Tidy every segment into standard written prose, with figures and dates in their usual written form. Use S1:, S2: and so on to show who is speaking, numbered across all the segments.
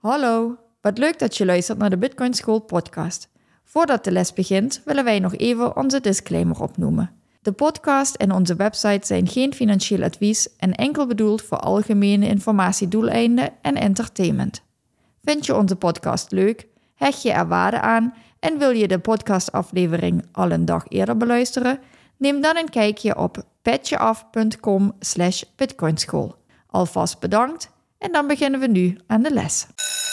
S1: Hallo, wat leuk dat je luistert naar de Bitcoin School podcast. Voordat de les begint, willen wij nog even onze disclaimer opnoemen. De podcast en onze website zijn geen financieel advies en enkel bedoeld voor algemene informatiedoeleinden en entertainment. Vind je onze podcast leuk? Hecht je er waarde aan en wil je de podcastaflevering al een dag eerder beluisteren? Neem dan een kijkje op petjeaf.com/bitcoinschool. Alvast bedankt en dan beginnen we nu aan de les.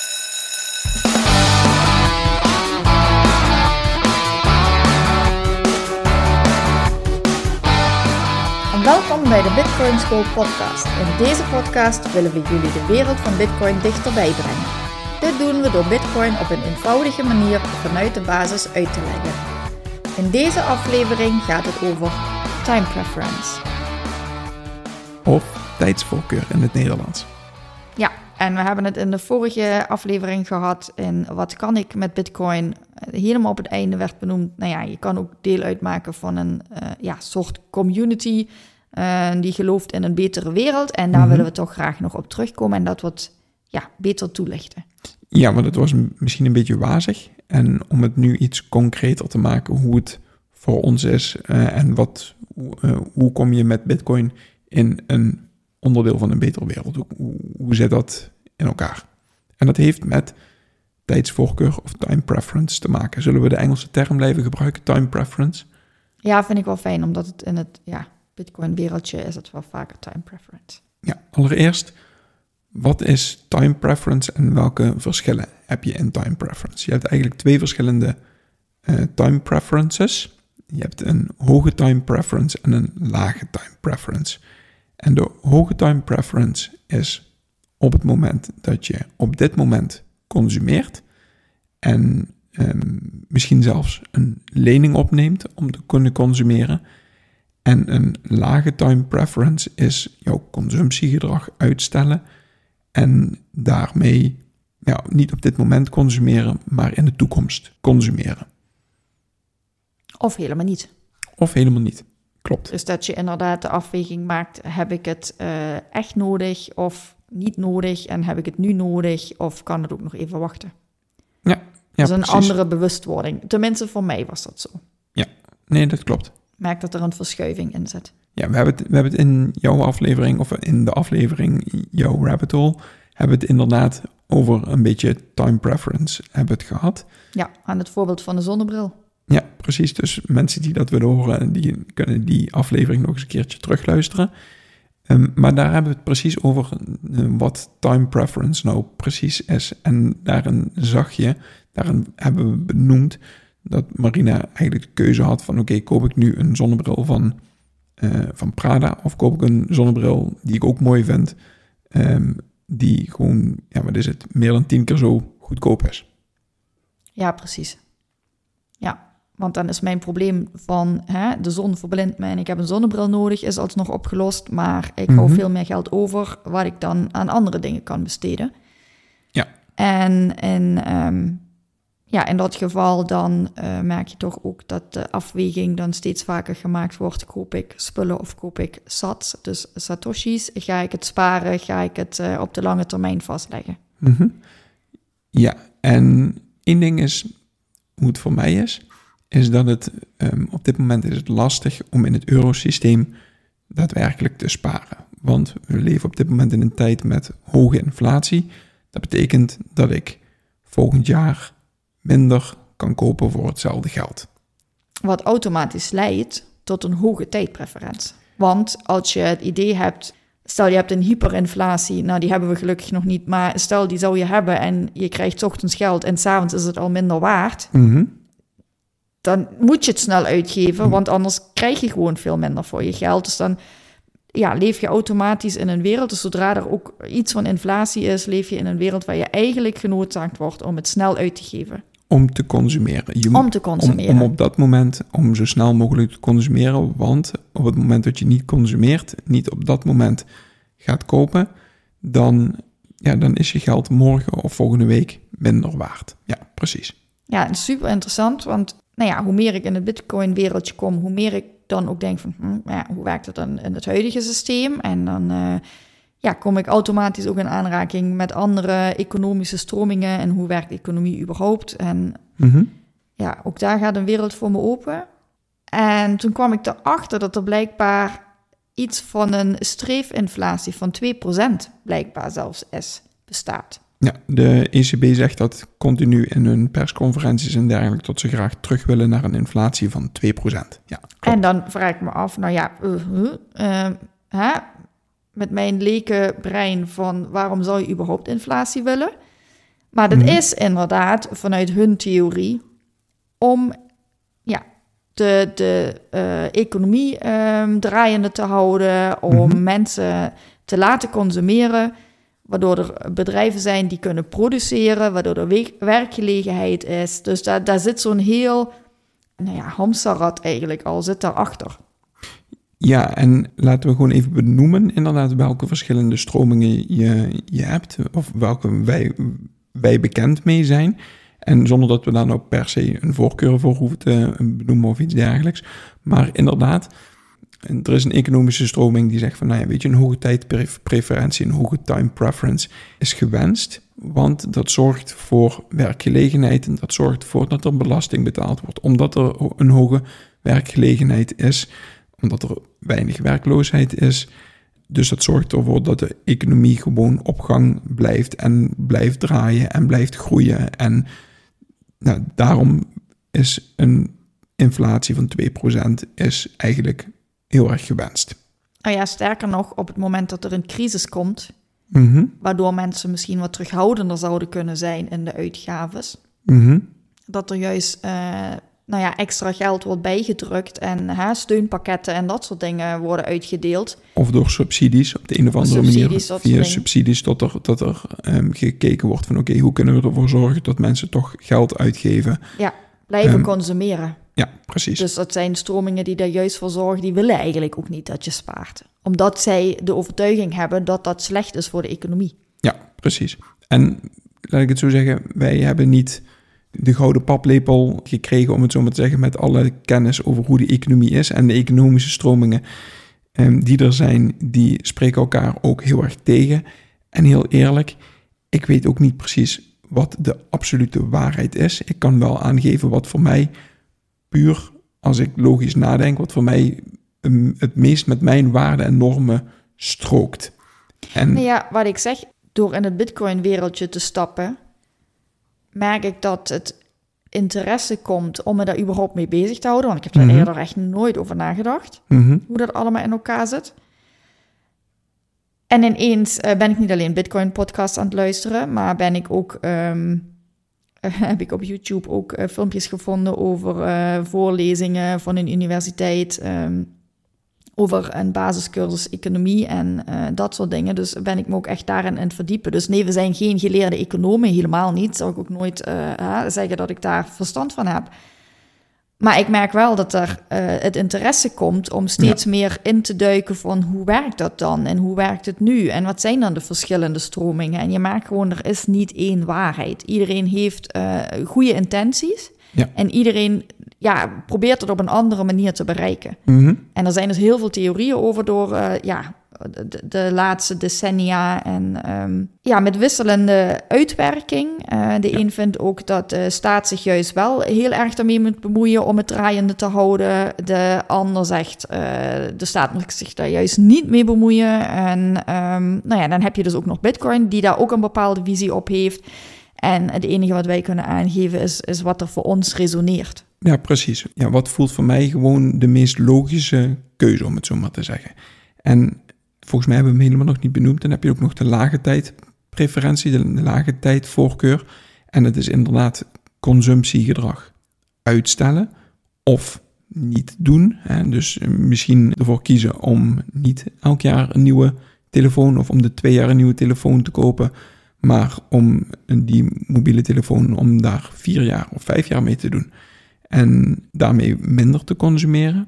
S1: Welkom bij de Bitcoin School podcast. In deze podcast willen we jullie de wereld van Bitcoin dichterbij brengen. Dit doen we door Bitcoin op een eenvoudige manier vanuit de basis uit te leggen. In deze aflevering gaat het over time preference.
S2: Of tijdsvoorkeur in het Nederlands.
S1: Ja, en we hebben het in de vorige aflevering gehad in wat kan ik met Bitcoin. Helemaal op het einde werd benoemd, je kan ook deel uitmaken van een soort community die gelooft in een betere wereld. En daar willen we toch graag nog op terugkomen en dat wat beter toelichten.
S2: Ja, want het was misschien een beetje wazig. En om het nu iets concreter te maken hoe het voor ons is en hoe kom je met Bitcoin in een onderdeel van een betere wereld? Hoe zit dat in elkaar? En dat heeft met tijdsvoorkeur of time preference te maken. Zullen we de Engelse term blijven gebruiken, time preference?
S1: Ja, vind ik wel fijn, omdat het in het Bitcoin-wereldje is het wel vaker time preference.
S2: Ja, allereerst, wat is time preference en welke verschillen heb je in time preference? Je hebt eigenlijk twee verschillende time preferences. Je hebt een hoge time preference en een lage time preference. En de hoge time preference is op het moment dat je op dit moment consumeert en misschien zelfs een lening opneemt om te kunnen consumeren. En een lage time preference is jouw consumptiegedrag uitstellen en daarmee niet op dit moment consumeren, maar in de toekomst consumeren.
S1: Of helemaal niet.
S2: Of helemaal niet, klopt.
S1: Dus dat je inderdaad de afweging maakt, heb ik het echt nodig of niet nodig en heb ik het nu nodig of kan het ook nog even wachten?
S2: Ja,
S1: dat is een
S2: precies.
S1: andere bewustwording. Tenminste, voor mij was dat zo.
S2: Ja, nee, dat klopt.
S1: Ik merk dat er een verschuiving in zit.
S2: Ja, we hebben het in jouw aflevering, of in de aflevering jouw rabbit hole, hebben we het inderdaad over een beetje time preference hebben het gehad.
S1: Ja, aan het voorbeeld van de zonnebril.
S2: Ja, precies. Dus mensen die dat willen horen, die kunnen die aflevering nog eens een keertje terugluisteren. Maar daar hebben we het precies over wat time preference nou precies is. En daarin hebben we benoemd dat Marina eigenlijk de keuze had van oké, koop ik nu een zonnebril van Prada of koop ik een zonnebril die ik ook mooi vind, die gewoon, meer dan 10 keer zo goedkoop is.
S1: Ja, precies. Ja, want dan is mijn probleem van de zon verblindt me en ik heb een zonnebril nodig, is alsnog opgelost, maar ik hou veel meer geld over wat ik dan aan andere dingen kan besteden. Ja. En in dat geval dan merk je toch ook dat de afweging dan steeds vaker gemaakt wordt. Koop ik spullen of koop ik sats, dus satoshis? Ga ik het sparen? Ga ik het op de lange termijn vastleggen?
S2: Mm-hmm. Ja, en één ding is, hoe het voor mij is dat het op dit moment is het lastig om in het eurosysteem daadwerkelijk te sparen. Want we leven op dit moment in een tijd met hoge inflatie. Dat betekent dat ik volgend jaar minder kan kopen voor hetzelfde geld.
S1: Wat automatisch leidt tot een hoge tijdpreferentie. Want als je het idee hebt, stel je hebt een hyperinflatie, die hebben we gelukkig nog niet, maar stel die zou je hebben en je krijgt 's ochtends geld en 's avonds is het al minder waard, dan moet je het snel uitgeven, want anders krijg je gewoon veel minder voor je geld. Dus dan leef je automatisch in een wereld, dus zodra er ook iets van inflatie is, leef je in een wereld waar je eigenlijk genoodzaakt wordt om het snel uit te geven.
S2: Om te consumeren. Om op dat moment, om zo snel mogelijk te consumeren, want op het moment dat je niet consumeert, niet op dat moment gaat kopen, dan is je geld morgen of volgende week minder waard. Ja, precies.
S1: Ja, super interessant, want hoe meer ik in het Bitcoin-wereldje kom, hoe meer ik dan ook denk van, hoe werkt het dan in het huidige systeem? En dan kom ik automatisch ook in aanraking met andere economische stromingen en hoe werkt de economie überhaupt. En ook daar gaat een wereld voor me open. En toen kwam ik erachter dat er blijkbaar iets van een streefinflatie van 2% blijkbaar zelfs bestaat.
S2: Ja, de ECB zegt dat continu in hun persconferenties en dergelijke, dat ze graag terug willen naar een inflatie van 2%. Ja, klopt.
S1: En dan vraag ik me af, met mijn leke brein van waarom zou je überhaupt inflatie willen? Maar dat is inderdaad vanuit hun theorie om de economie draaiende te houden, om mensen te laten consumeren, waardoor er bedrijven zijn die kunnen produceren, waardoor er werkgelegenheid is. Dus daar zit zo'n heel hamsterrad eigenlijk al, zit daarachter.
S2: Ja, en laten we gewoon even benoemen inderdaad welke verschillende stromingen je hebt, of welke wij bekend mee zijn. En zonder dat we daar nou per se een voorkeur voor hoeven te benoemen of iets dergelijks. Maar inderdaad, er is een economische stroming die zegt van, een hoge tijdpreferentie, een hoge time preference is gewenst. Want dat zorgt voor werkgelegenheid en dat zorgt ervoor dat er belasting betaald wordt. Omdat er een hoge werkgelegenheid is, omdat er weinig werkloosheid is. Dus dat zorgt ervoor dat de economie gewoon op gang blijft en blijft draaien en blijft groeien. En daarom is een inflatie van 2% is eigenlijk heel erg gewenst.
S1: Sterker nog, op het moment dat er een crisis komt, waardoor mensen misschien wat terughoudender zouden kunnen zijn in de uitgaves, dat er juist extra geld wordt bijgedrukt en steunpakketten en dat soort dingen worden uitgedeeld.
S2: Of door subsidies op de een of andere manier, via subsidies, tot er gekeken wordt van hoe kunnen we ervoor zorgen dat mensen toch geld uitgeven.
S1: Ja, blijven consumeren.
S2: Ja, precies.
S1: Dus dat zijn stromingen die daar juist voor zorgen, die willen eigenlijk ook niet dat je spaart. Omdat zij de overtuiging hebben dat dat slecht is voor de economie.
S2: Ja, precies. En laat ik het zo zeggen, wij hebben niet de gouden paplepel gekregen, om het zo maar te zeggen, met alle kennis over hoe de economie is. En de economische stromingen die er zijn, die spreken elkaar ook heel erg tegen. En heel eerlijk, ik weet ook niet precies wat de absolute waarheid is. Ik kan wel aangeven wat voor mij puur, als ik logisch nadenk, wat voor mij het meest met mijn waarden en normen strookt. En
S1: wat ik zeg, door in het Bitcoin-wereldje te stappen, merk ik dat het interesse komt om me daar überhaupt mee bezig te houden. Want ik heb daar eerder echt nooit over nagedacht, hoe dat allemaal in elkaar zit. En ineens ben ik niet alleen Bitcoin-podcasts aan het luisteren, maar ben ik ook, heb ik op YouTube ook filmpjes gevonden over voorlezingen van een universiteit, over een basiscursus economie en dat soort dingen. Dus ben ik me ook echt daarin aan het verdiepen. Dus nee, we zijn geen geleerde economen, helemaal niet. Zou ik ook nooit zeggen dat ik daar verstand van heb. Maar ik merk wel dat er het interesse komt om steeds meer in te duiken van hoe werkt dat dan? En hoe werkt het nu? En wat zijn dan de verschillende stromingen? En je merkt gewoon, er is niet één waarheid. Iedereen heeft goede intenties. Ja. En iedereen probeert het op een andere manier te bereiken. En er zijn dus heel veel theorieën over door de laatste decennia. En met wisselende uitwerking. De een vindt ook dat de staat zich juist wel heel erg daarmee moet bemoeien om het draaiende te houden. De ander zegt, de staat moet zich daar juist niet mee bemoeien. En dan heb je dus ook nog Bitcoin, die daar ook een bepaalde visie op heeft. En het enige wat wij kunnen aangeven is wat er voor ons resoneert.
S2: Ja, precies. Ja, wat voelt voor mij gewoon de meest logische keuze, om het zo maar te zeggen. En volgens mij hebben we hem helemaal nog niet benoemd. Dan heb je ook nog de lage tijdpreferentie, de lage tijdvoorkeur. En het is inderdaad consumptiegedrag. Uitstellen of niet doen. Hè? Dus misschien ervoor kiezen om niet elk jaar een nieuwe telefoon of om de 2 jaar een nieuwe telefoon te kopen, maar om die mobiele telefoon, om daar 4 jaar of 5 jaar mee te doen. En daarmee minder te consumeren.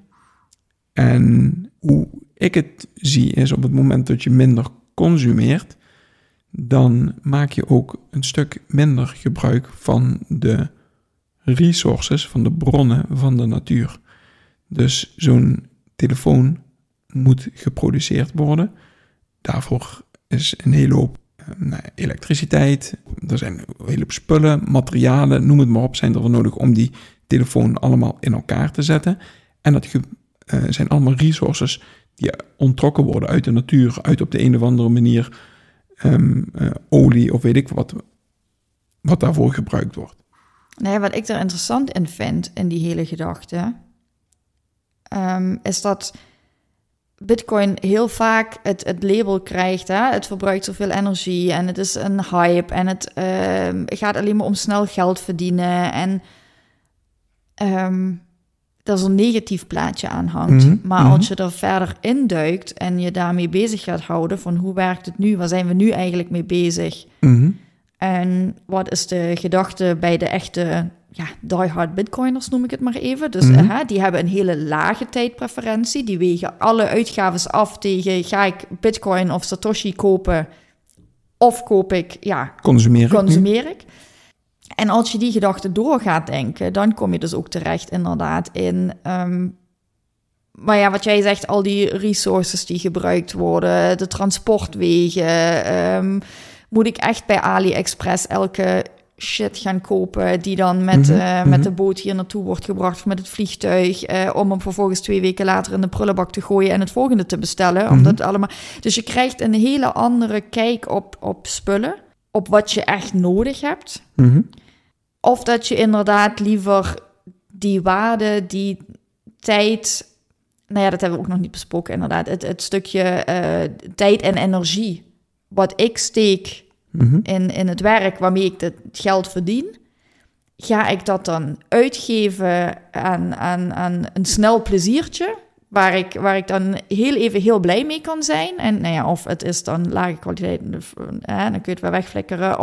S2: En hoe ik het zie is, op het moment dat je minder consumeert, dan maak je ook een stuk minder gebruik van de resources, van de bronnen van de natuur. Dus zo'n telefoon moet geproduceerd worden. Daarvoor is een hele hoop elektriciteit. Er zijn een hele hoop spullen, materialen, noem het maar op, zijn er nodig om die telefoon allemaal in elkaar te zetten. En dat zijn allemaal resources die onttrokken worden uit de natuur, uit op de een of andere manier olie of weet ik wat daarvoor gebruikt wordt.
S1: Nee, wat ik er interessant in vind, in die hele gedachte, is dat Bitcoin heel vaak het label krijgt, hè? Het verbruikt zoveel energie en het is een hype en het gaat alleen maar om snel geld verdienen en dat er een negatief plaatje aan hangt.
S2: Mm-hmm.
S1: Maar als je er verder induikt en je daarmee bezig gaat houden van hoe werkt het nu, waar zijn we nu eigenlijk mee bezig?
S2: Mm-hmm.
S1: En wat is de gedachte bij de echte diehard bitcoiners, noem ik het maar even. Dus die hebben een hele lage tijdpreferentie. Die wegen alle uitgaves af tegen, ga ik bitcoin of satoshi kopen of koop ik, consumeer ik. En als je die gedachte door gaat denken, dan kom je dus ook terecht inderdaad in maar ja, wat jij zegt, al die resources die gebruikt worden, de transportwegen, moet ik echt bij AliExpress elke shit gaan kopen die dan met de boot hier naartoe wordt gebracht of met het vliegtuig, om hem vervolgens 2 weken later in de prullenbak te gooien en het volgende te bestellen. Omdat allemaal... Dus je krijgt een hele andere kijk op spullen, op wat je echt nodig hebt.
S2: Mm-hmm.
S1: Of dat je inderdaad liever die waarde, die tijd... Nou ja, dat hebben we ook nog niet besproken inderdaad. Het stukje tijd en energie wat ik steek in het werk waarmee ik het geld verdien, ga ik dat dan uitgeven aan een snel pleziertje, waar ik dan heel blij mee kan zijn. En nou ja, of het is dan lage kwaliteit, dan kun je het weer wegflikkeren.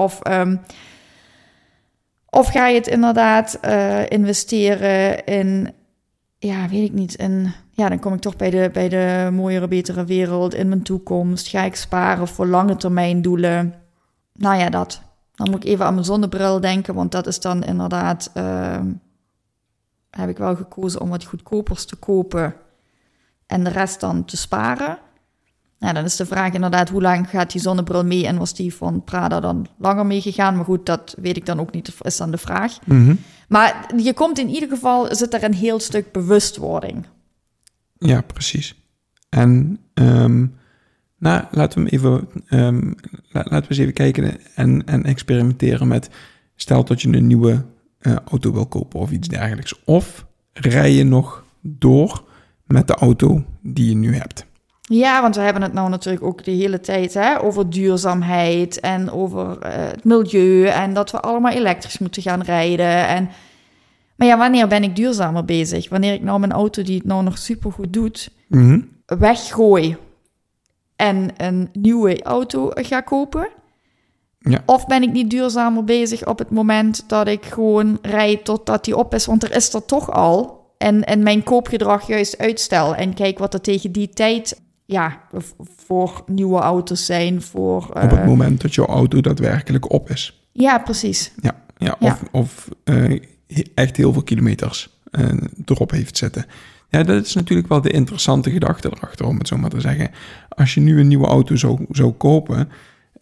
S1: Of ga je het inderdaad investeren in, weet ik niet, dan kom ik toch bij de mooiere, betere wereld, in mijn toekomst. Ga ik sparen voor lange termijn doelen? Nou ja, dat. Dan moet ik even aan mijn zonnebril denken, want dat is dan inderdaad... heb ik wel gekozen om wat goedkopers te kopen en de rest dan te sparen. Nou, dan is de vraag inderdaad, hoe lang gaat die zonnebril mee? En was die van Prada dan langer meegegaan? Maar goed, dat weet ik dan ook niet, is dan de vraag.
S2: Mm-hmm.
S1: Maar je komt in ieder geval, zit er een heel stuk bewustwording.
S2: Ja, precies. En laten we eens even kijken en experimenteren met, stel dat je een nieuwe auto wil kopen of iets dergelijks. Of rij je nog door met de auto die je nu hebt? Ja,
S1: want we hebben het nou natuurlijk ook de hele tijd over duurzaamheid en over het milieu en dat we allemaal elektrisch moeten gaan rijden. Maar ja, wanneer ben ik duurzamer bezig? Wanneer ik nou mijn auto die het nou nog supergoed doet, weggooi en een nieuwe auto ga kopen? Ja. Of ben ik niet duurzamer bezig op het moment dat ik gewoon rijd totdat die op is, want er is er toch al. En mijn koopgedrag juist uitstel en kijk wat er tegen die tijd voor nieuwe auto's zijn. Op
S2: het moment dat jouw auto daadwerkelijk op is.
S1: Ja, precies.
S2: Ja. Of echt heel veel kilometers erop heeft zitten. Ja, dat is natuurlijk wel de interessante gedachte erachter, om het zo maar te zeggen. Als je nu een nieuwe auto zou kopen,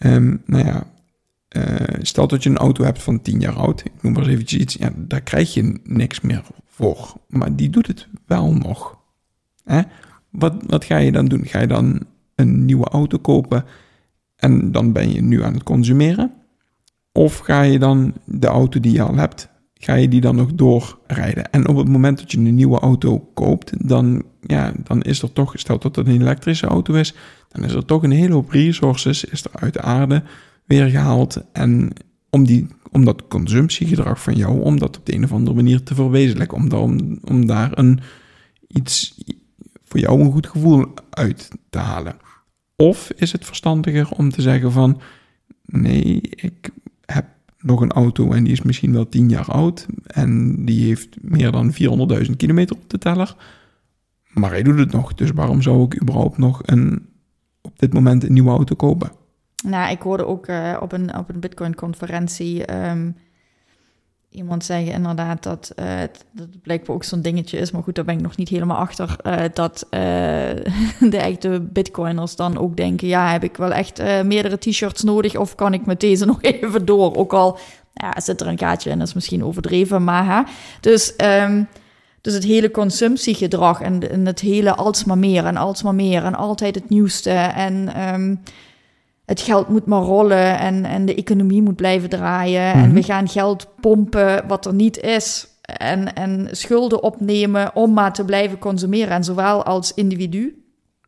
S2: stel dat je een auto hebt van 10 jaar oud, ik noem maar eens eventjes iets, daar krijg je niks meer voor. Maar die doet het wel nog. Wat ga je dan doen? Ga je dan een nieuwe auto kopen en dan ben je nu aan het consumeren? Of ga je dan de auto die je al hebt, ga je die dan nog doorrijden? En op het moment dat je een nieuwe auto koopt, dan is er toch, stel dat het een elektrische auto is, dan is er toch een hele hoop resources, is er uit de aarde weer gehaald. En om dat consumptiegedrag van jou, om dat op de een of andere manier te verwezenlijken, om daar iets voor jou een goed gevoel uit te halen. Of is het verstandiger om te zeggen van, nee, ik heb nog een auto en die is misschien wel 10 jaar oud en die heeft meer dan 400.000 kilometer op de teller, maar hij doet het nog. Dus waarom zou ik überhaupt nog op dit moment een nieuwe auto kopen?
S1: Nou, ik hoorde ook op een Bitcoin-conferentie iemand zeggen inderdaad dat dat blijkbaar ook zo'n dingetje is. Maar goed, daar ben ik nog niet helemaal achter. Dat de echte bitcoiners dan ook denken... ja, heb ik wel echt meerdere t-shirts nodig... of kan ik met deze nog even door? Ook al zit er een gaatje in, dat is misschien overdreven. Maar dus het hele consumptiegedrag... en het hele alsmaar meer en alsmaar meer... en altijd het nieuwste en... het geld moet maar rollen en de economie moet blijven draaien. En we gaan geld pompen wat er niet is. En schulden opnemen om maar te blijven consumeren. En zowel als individu.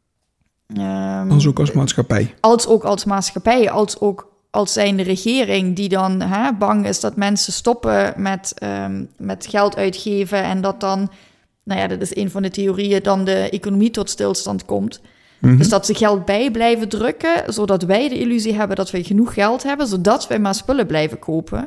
S2: Als ook als maatschappij.
S1: Als ook als maatschappij. Als ook als zijnde regering die dan bang is dat mensen stoppen met geld uitgeven. En dat dan, dat is een van de theorieën, dan de economie tot stilstand komt. Dus dat ze geld bij blijven drukken, zodat wij de illusie hebben dat we genoeg geld hebben, zodat wij maar spullen blijven kopen.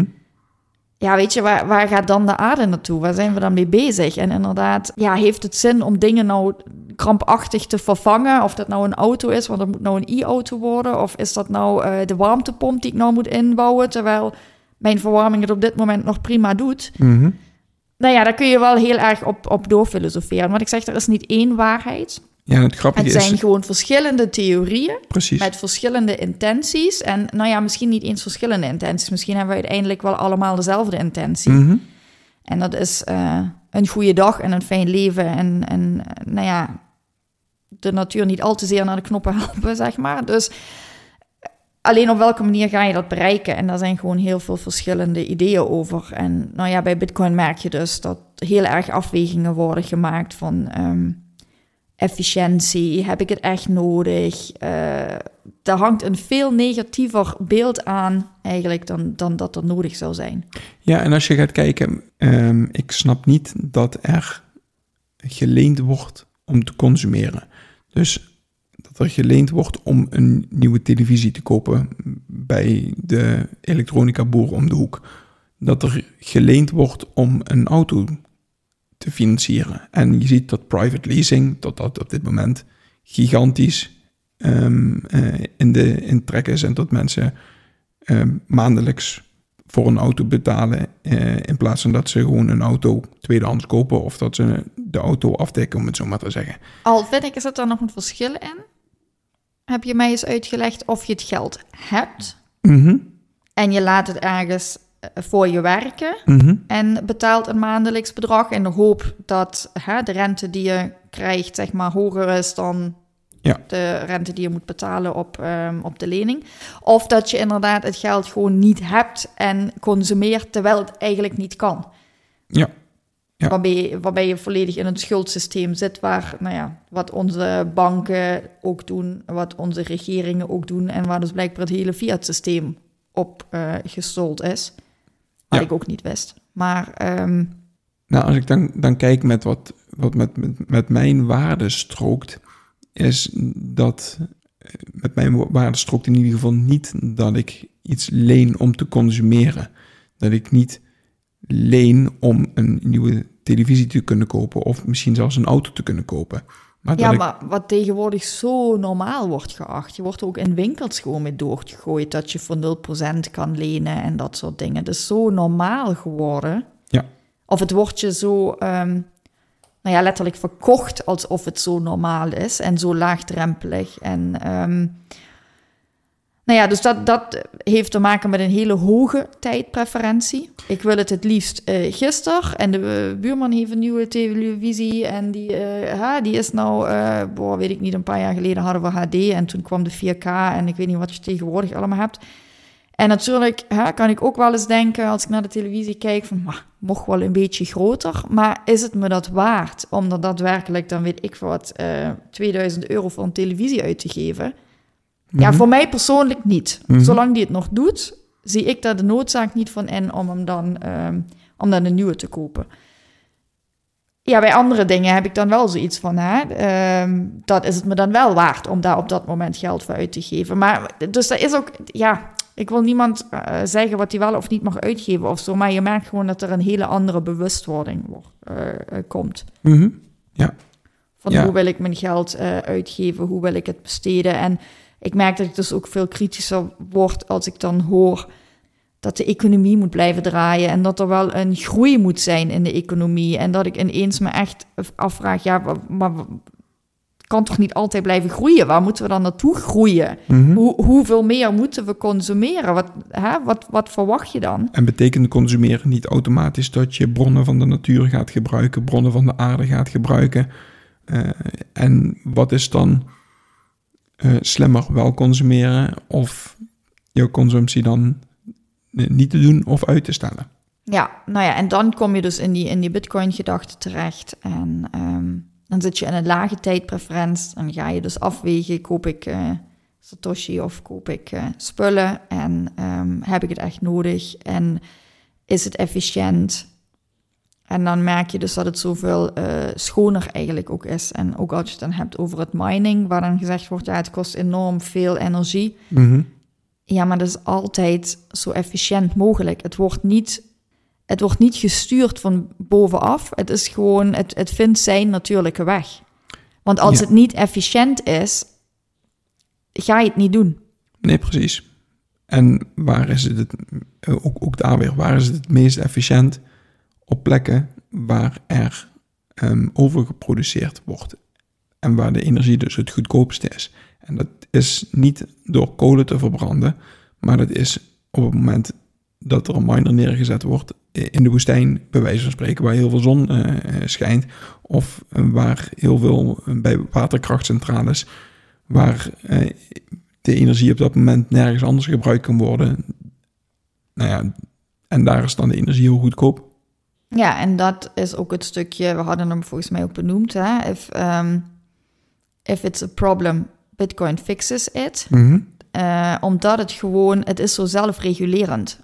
S1: Ja, weet je, waar gaat dan de aarde naartoe? Waar zijn we dan mee bezig? En inderdaad, heeft het zin om dingen nou krampachtig te vervangen? Of dat nou een auto is, want dat moet nou een e-auto worden? Of is dat nou de warmtepomp die ik nou moet inbouwen, terwijl mijn verwarming het op dit moment nog prima doet? Daar kun je wel heel erg op doorfilosoferen. Want ik zeg, er is niet één waarheid.
S2: Ja, het grappige is...
S1: Het zijn gewoon verschillende theorieën.
S2: Precies.
S1: Met verschillende intenties. En misschien niet eens verschillende intenties. Misschien hebben we uiteindelijk wel allemaal dezelfde intentie. En dat is een goede dag en een fijn leven. En de natuur niet al te zeer naar de knoppen helpen, zeg maar. Dus alleen op welke manier ga je dat bereiken? En daar zijn gewoon heel veel verschillende ideeën over. En bij Bitcoin merk je dus dat heel erg afwegingen worden gemaakt van... efficiëntie, heb ik het echt nodig? Daar hangt een veel negatiever beeld aan eigenlijk dan dat er nodig zou zijn.
S2: Ja, en als je gaat kijken, ik snap niet dat er geleend wordt om te consumeren. Dus dat er geleend wordt om een nieuwe televisie te kopen bij de elektronica boer om de hoek. Dat er geleend wordt om een auto te financieren. En je ziet dat private leasing, tot dat op dit moment gigantisch in trek is en dat mensen maandelijks voor een auto betalen in plaats van dat ze gewoon een auto tweedehands kopen of dat ze de auto afdekken, om het zo maar te zeggen.
S1: Al vind ik, is er nog een verschil in? Heb je mij eens uitgelegd of je het geld hebt en je laat het ergens voor je werken en betaalt een maandelijks bedrag in de hoop dat de rente die je krijgt, zeg maar, hoger is dan de rente die je moet betalen op de lening. Of dat je inderdaad het geld gewoon niet hebt en consumeert terwijl het eigenlijk niet kan.
S2: Ja.
S1: Waarbij je volledig in een schuldsysteem zit waar, wat onze banken ook doen, wat onze regeringen ook doen en waar dus blijkbaar het hele fiat-systeem op gestold is. Wat ik ook niet wist. Maar...
S2: als ik dan kijk met wat met mijn waarde strookt, is dat met mijn waarde strookt in ieder geval niet dat ik iets leen om te consumeren. Dat ik niet leen om een nieuwe televisie te kunnen kopen of misschien zelfs een auto te kunnen kopen. Maar
S1: wat tegenwoordig zo normaal wordt geacht. Je wordt ook in winkels gewoon mee doorgegooid dat je voor 0% kan lenen en dat soort dingen. Het is zo normaal geworden. Ja. Of het wordt je zo letterlijk verkocht alsof het zo normaal is en zo laagdrempelig. En dus dat heeft te maken met een hele hoge tijdpreferentie. Ik wil het liefst gisteren. En de buurman heeft een nieuwe televisie. En die is nou, weet ik niet, een paar jaar geleden hadden we HD. En toen kwam de 4K. En ik weet niet wat je tegenwoordig allemaal hebt. En natuurlijk kan ik ook wel eens denken, als ik naar de televisie kijk, van mocht wel een beetje groter. Maar is het me dat waard om er daadwerkelijk, dan weet ik wat, €2000 voor een televisie uit te geven? Ja, voor mij persoonlijk niet. Zolang die het nog doet, zie ik daar de noodzaak niet van in om hem dan een nieuwe te kopen. Ja, bij andere dingen heb ik dan wel zoiets van, dat is het me dan wel waard om daar op dat moment geld voor uit te geven. Maar dus dat is ook, ik wil niemand zeggen wat hij wel of niet mag uitgeven of zo, maar je merkt gewoon dat er een hele andere bewustwording komt. Van hoe wil ik mijn geld uitgeven, hoe wil ik het besteden. En ik merk dat ik dus ook veel kritischer word als ik dan hoor dat de economie moet blijven draaien en dat er wel een groei moet zijn in de economie. En dat ik ineens me echt afvraag, ja, maar kan toch niet altijd blijven groeien? Waar moeten we dan naartoe groeien? Hoeveel meer moeten we consumeren? Wat verwacht je dan?
S2: En betekent consumeren niet automatisch dat je bronnen van de natuur gaat gebruiken, bronnen van de aarde gaat gebruiken? En wat is dan slimmer, wel consumeren of jouw consumptie dan niet te doen of uit te stellen?
S1: Ja, nou ja, en dan kom je dus in die Bitcoin-gedachte terecht. En dan zit je in een lage tijdpreferentie. En ga je dus afwegen, koop ik Satoshi of koop ik spullen? En heb ik het echt nodig? En is het efficiënt? En dan merk je dus dat het zoveel schoner eigenlijk ook is. En ook als je het dan hebt over het mining, waar dan gezegd wordt, ja, het kost enorm veel energie. Ja, maar dat is altijd zo efficiënt mogelijk. Het wordt niet gestuurd van bovenaf. Het is gewoon, het vindt zijn natuurlijke weg. Want als het niet efficiënt is, ga je het niet doen.
S2: Nee, precies. En waar is het ook daar weer, waar is het meest efficiënt? Op plekken waar er overgeproduceerd wordt. En waar de energie dus het goedkoopste is. En dat is niet door kolen te verbranden, maar dat is op het moment dat er een miner neergezet wordt in de woestijn, bij wijze van spreken, waar heel veel zon schijnt, of waar heel veel bij waterkrachtcentrales, waar de energie op dat moment nergens anders gebruikt kan worden. Nou ja, en daar is dan de energie heel goedkoop.
S1: Ja, en dat is ook het stukje, we hadden hem volgens mij ook benoemd, hè? If it's a problem, Bitcoin fixes it. Omdat het is zo zelfregulerend.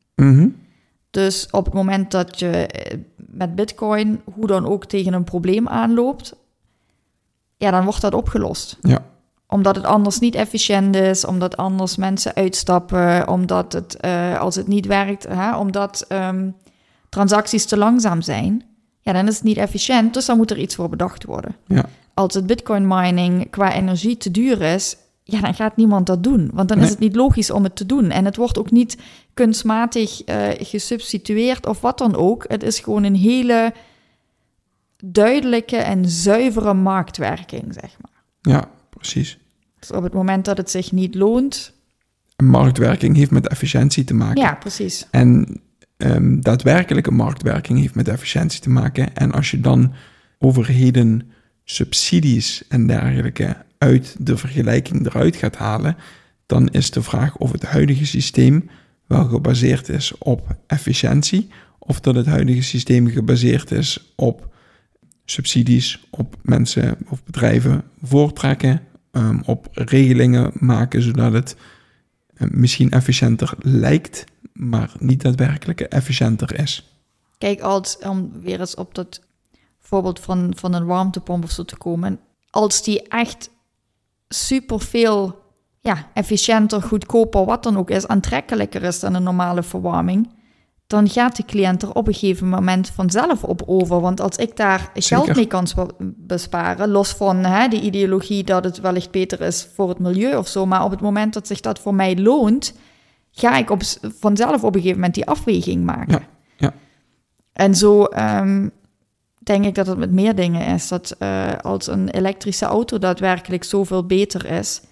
S1: Dus op het moment dat je met Bitcoin hoe dan ook tegen een probleem aanloopt, ja, dan wordt dat opgelost.
S2: Ja.
S1: Omdat het anders niet efficiënt is, omdat anders mensen uitstappen, omdat het, als het niet werkt, omdat transacties te langzaam zijn, ja, dan is het niet efficiënt, dus dan moet er iets voor bedacht worden.
S2: Ja.
S1: Als het Bitcoin mining qua energie te duur is, ja, dan gaat niemand dat doen. Want dan is het niet logisch om het te doen. En het wordt ook niet kunstmatig gesubstitueerd of wat dan ook. Het is gewoon een hele duidelijke en zuivere marktwerking, zeg maar.
S2: Ja, precies.
S1: Dus op het moment dat het zich niet loont...
S2: Een marktwerking heeft met efficiëntie te maken.
S1: Ja, precies.
S2: En daadwerkelijke marktwerking heeft met efficiëntie te maken. En als je dan overheden subsidies en dergelijke uit de vergelijking eruit gaat halen, dan is de vraag of het huidige systeem wel gebaseerd is op efficiëntie, of dat het huidige systeem gebaseerd is op subsidies, op mensen of bedrijven voortrekken, op regelingen maken, zodat het misschien efficiënter lijkt, maar niet daadwerkelijk efficiënter is.
S1: Kijk, om weer eens op dat voorbeeld van een warmtepomp of zo te komen, als die echt superveel efficiënter, goedkoper, wat dan ook is, aantrekkelijker is dan een normale verwarming, dan gaat de cliënt er op een gegeven moment vanzelf op over. Want als ik daar geld mee kan besparen, los van de ideologie dat het wellicht beter is voor het milieu of zo, maar op het moment dat zich dat voor mij loont, ga ik vanzelf op een gegeven moment die afweging maken.
S2: Ja.
S1: En zo denk ik dat het met meer dingen is. Dat als een elektrische auto daadwerkelijk zoveel beter is,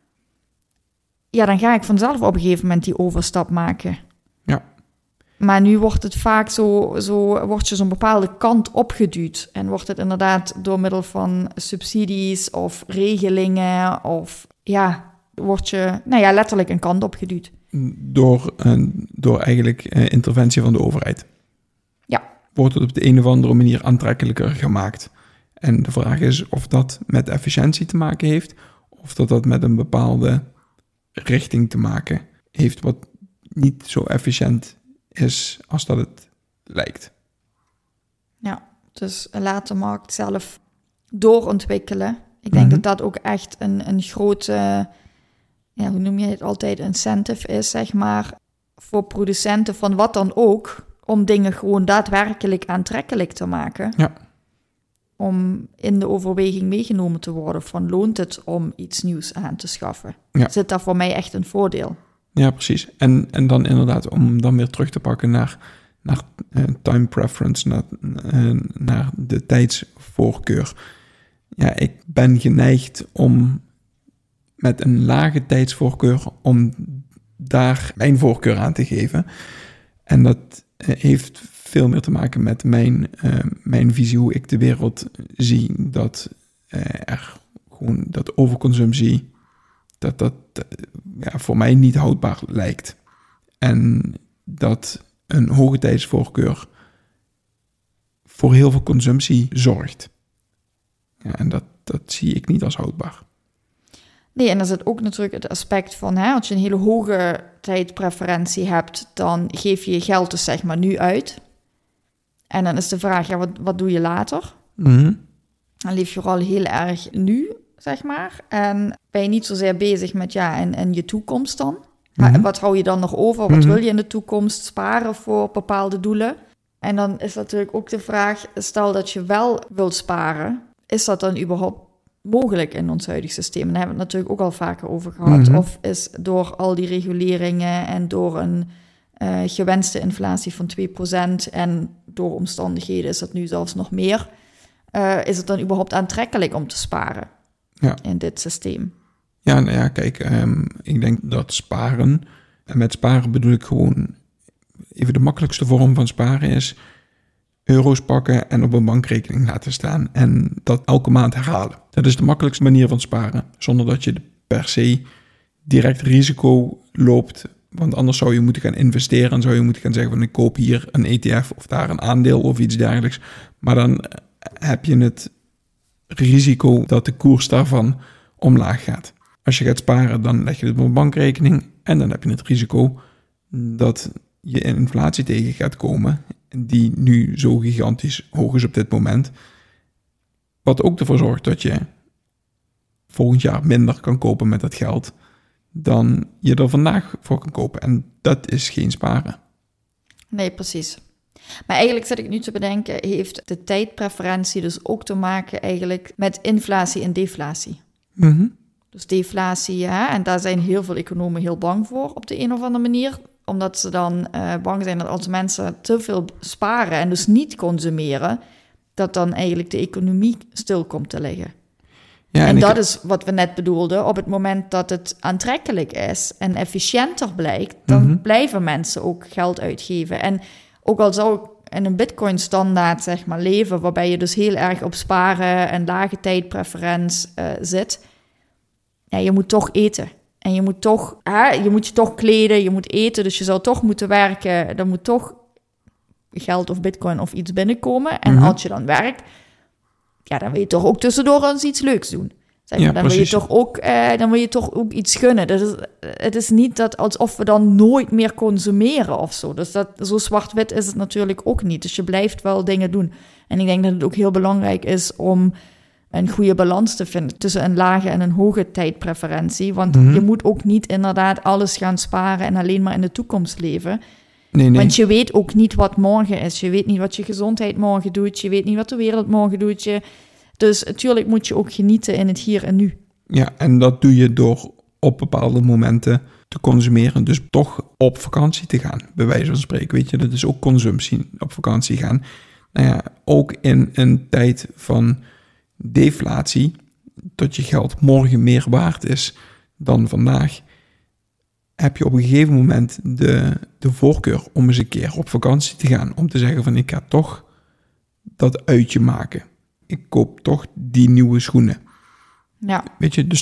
S1: ja, dan ga ik vanzelf op een gegeven moment die overstap maken.
S2: Ja.
S1: Maar nu wordt het vaak word je zo'n bepaalde kant opgeduwd. En wordt het inderdaad door middel van subsidies of regelingen of word je letterlijk een kant opgeduwd. Door
S2: eigenlijk interventie van de overheid.
S1: Ja.
S2: Wordt het op de een of andere manier aantrekkelijker gemaakt. En de vraag is of dat met efficiëntie te maken heeft, of dat met een bepaalde richting te maken heeft, wat niet zo efficiënt is als dat het lijkt.
S1: Ja, dus laat de markt zelf doorontwikkelen. Ik denk dat ook echt een grote, hoe noem je het altijd, incentive is, zeg maar, voor producenten van wat dan ook, om dingen gewoon daadwerkelijk aantrekkelijk te maken.
S2: Ja.
S1: Om in de overweging meegenomen te worden van loont het om iets nieuws aan te schaffen.
S2: Ja.
S1: Zit daar voor mij echt een voordeel?
S2: Ja, precies. En dan inderdaad, om dan weer terug te pakken naar time preference, naar de tijdsvoorkeur. Ja, ik ben geneigd om met een lage tijdsvoorkeur, om daar mijn voorkeur aan te geven. En dat heeft veel meer te maken met mijn visie, hoe ik de wereld zie. Dat er gewoon dat overconsumptie, dat voor mij niet houdbaar lijkt. En dat een hoge tijdsvoorkeur voor heel veel consumptie zorgt. Ja, en dat zie ik niet als houdbaar.
S1: Nee, en er zit ook natuurlijk het aspect van, als je een hele hoge tijdpreferentie hebt, dan geef je je geld dus zeg maar nu uit. En dan is de vraag, wat doe je later?
S2: Mm-hmm.
S1: Dan leef je vooral heel erg nu, zeg maar. En ben je niet zozeer bezig met en je toekomst dan?
S2: Mm-hmm.
S1: Wat hou je dan nog over? Wat wil je in de toekomst sparen voor bepaalde doelen? En dan is natuurlijk ook de vraag, stel dat je wel wilt sparen, is dat dan überhaupt mogelijk in ons huidig systeem? En daar hebben we het natuurlijk ook al vaker over gehad.
S2: Mm-hmm.
S1: Of is door al die reguleringen en door een gewenste inflatie van 2% en door omstandigheden is dat nu zelfs nog meer, is het dan überhaupt aantrekkelijk om te sparen in dit systeem?
S2: Ja, nou ja, kijk, ik denk dat sparen, en met sparen bedoel ik gewoon, even de makkelijkste vorm van sparen is euro's pakken en op een bankrekening laten staan en dat elke maand herhalen. Dat is de makkelijkste manier van sparen, zonder dat je per se direct risico loopt, want anders zou je moeten gaan investeren en zou je moeten gaan zeggen van ik koop hier een ETF of daar een aandeel of iets dergelijks, maar dan heb je het risico dat de koers daarvan omlaag gaat. Als je gaat sparen, dan leg je het op een bankrekening en dan heb je het risico dat je in inflatie tegen gaat komen, die nu zo gigantisch hoog is op dit moment. Wat ook ervoor zorgt dat je volgend jaar minder kan kopen met dat geld dan je er vandaag voor kan kopen. En dat is geen sparen.
S1: Nee, precies. Maar eigenlijk zit ik nu te bedenken, heeft de tijdpreferentie dus ook te maken eigenlijk met inflatie en deflatie?
S2: Mm-hmm.
S1: Dus deflatie, en daar zijn heel veel economen heel bang voor op de een of andere manier. Omdat ze dan bang zijn dat als mensen te veel sparen en dus niet consumeren, dat dan eigenlijk de economie stil komt te liggen. Ja, en dat is wat we net bedoelden. Op het moment dat het aantrekkelijk is en efficiënter blijkt, dan blijven mensen ook geld uitgeven. En ook al zou ik in een Bitcoin-standaard zeg maar leven, waarbij je dus heel erg op sparen en lage tijdpreferentie zit, je moet toch eten. En je moet je toch kleden, je moet eten, dus je zou toch moeten werken. Er moet toch geld of bitcoin of iets binnenkomen. En als je dan werkt, dan wil je toch ook tussendoor eens iets leuks doen. Zeg maar, dan wil je toch ook iets gunnen. Dus het is niet dat alsof we dan nooit meer consumeren of zo. Dus zo zwart-wit is het natuurlijk ook niet. Dus je blijft wel dingen doen. En ik denk dat het ook heel belangrijk is om een goede balans te vinden tussen een lage en een hoge tijdpreferentie. Want je moet ook niet inderdaad alles gaan sparen en alleen maar in de toekomst leven. Nee. Want je weet ook niet wat morgen is. Je weet niet wat je gezondheid morgen doet. Je weet niet wat de wereld morgen doet. Dus natuurlijk moet je ook genieten in het hier en nu. Ja,
S2: en dat doe je door op bepaalde momenten te consumeren. Dus toch op vakantie te gaan, bij wijze van spreken. Weet je, dat is ook consumptie, op vakantie gaan. Nou ja, ook in een tijd van deflatie, dat je geld morgen meer waard is dan vandaag, heb je op een gegeven moment de voorkeur om eens een keer op vakantie te gaan. Om te zeggen van ik ga toch dat uitje maken. Ik koop toch die nieuwe schoenen. Ja. Weet je, dus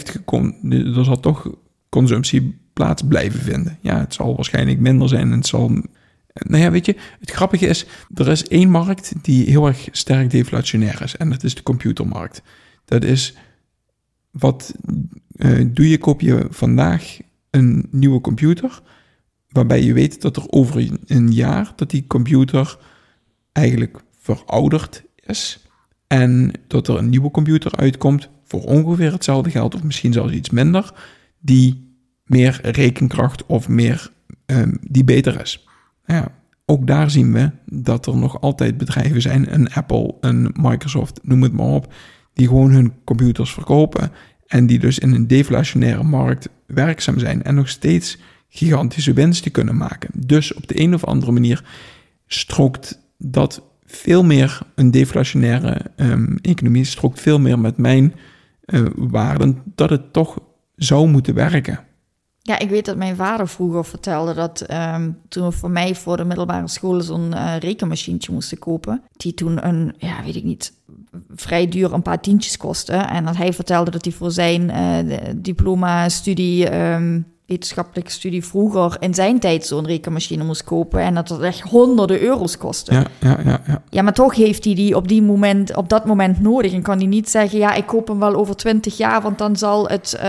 S2: er zal toch consumptie plaats blijven vinden. Ja, het zal waarschijnlijk minder zijn en het zal... Nou ja, weet je, het grappige is, er is één markt die heel erg sterk deflationair is. En dat is de computermarkt. Dat is, wat doe je? Koop je vandaag een nieuwe computer, waarbij je weet dat er over een jaar dat die computer eigenlijk verouderd is. En dat er een nieuwe computer uitkomt voor ongeveer hetzelfde geld, of misschien zelfs iets minder, die meer rekenkracht of meer, die beter is. Ja, ook daar zien we dat er nog altijd bedrijven zijn, een Apple, een Microsoft, noem het maar op, die gewoon hun computers verkopen en die dus in een deflationaire markt werkzaam zijn en nog steeds gigantische winsten kunnen maken. Dus op de een of andere manier strookt dat veel meer, een deflationaire economie strookt veel meer met mijn waarden, dat het toch zou moeten werken.
S1: Ja, ik weet dat mijn vader vroeger vertelde dat toen we voor mij voor de middelbare school zo'n rekenmachientje moesten kopen, die toen vrij duur een paar tientjes kostte. En dat hij vertelde dat hij voor zijn diploma-studie, wetenschappelijke studie vroeger in zijn tijd zo'n rekenmachine moest kopen en dat echt honderden euro's kostte. Ja, maar toch heeft hij die op dat moment nodig en kan hij niet zeggen, ja, ik koop hem wel over 20 jaar, want dan zal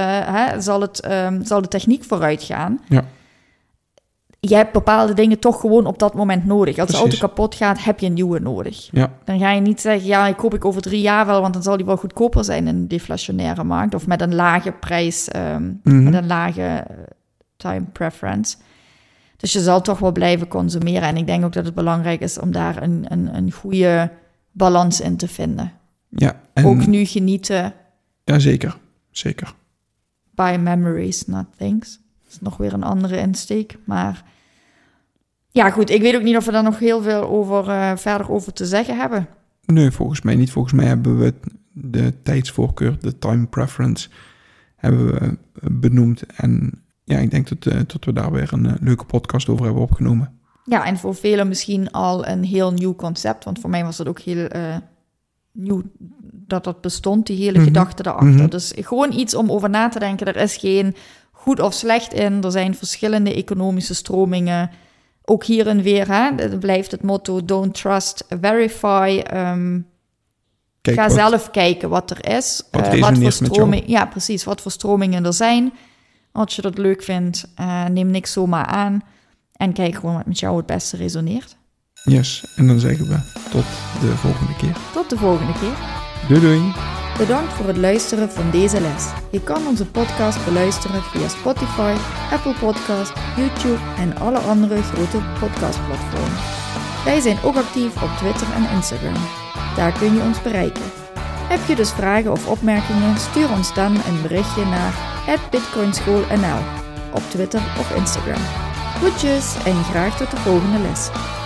S1: de techniek vooruit gaan.
S2: Ja.
S1: Je hebt bepaalde dingen toch gewoon op dat moment nodig. Als de auto kapot gaat, heb je een nieuwe nodig.
S2: Ja.
S1: Dan ga je niet zeggen, ja, ik koop ik over 3 jaar wel, want dan zal die wel goedkoper zijn in een deflationaire markt. Of met een lage prijs, met een lage time preference. Dus je zal toch wel blijven consumeren. En ik denk ook dat het belangrijk is om daar een goede balans in te vinden.
S2: Ja, en
S1: ook nu genieten.
S2: Ja, zeker. Zeker.
S1: Buy memories, not things. Dat is nog weer een andere insteek. Maar ja, goed. Ik weet ook niet of we daar nog heel veel verder over te zeggen hebben.
S2: Nee, volgens mij niet. Volgens mij hebben we de tijdsvoorkeur, de time preference, hebben we benoemd. En ja, ik denk dat we daar weer een leuke podcast over hebben opgenomen.
S1: Ja, en voor velen misschien al een heel nieuw concept. Want voor mij was dat ook heel nieuw dat bestond, die hele gedachte daarachter. Dus gewoon iets om over na te denken. Er is geen goed of slecht in. Er zijn verschillende economische stromingen. Ook hierin weer, het blijft het motto, don't trust, verify. Ga zelf kijken wat er is. Wat voor stroming, ja, precies. Wat voor stromingen er zijn. Als je dat leuk vindt, neem niks zomaar aan. En kijk gewoon wat met jou het beste resoneert.
S2: Yes, en dan zeggen we tot de volgende keer.
S1: Tot de volgende keer.
S2: Doei doei.
S1: Bedankt voor het luisteren van deze les. Je kan onze podcast beluisteren via Spotify, Apple Podcast, YouTube en alle andere grote podcastplatforms. Wij zijn ook actief op Twitter en Instagram. Daar kun je ons bereiken. Heb je dus vragen of opmerkingen, stuur ons dan een berichtje naar @bitcoinschoolnl op Twitter of Instagram. Groetjes en graag tot de volgende les.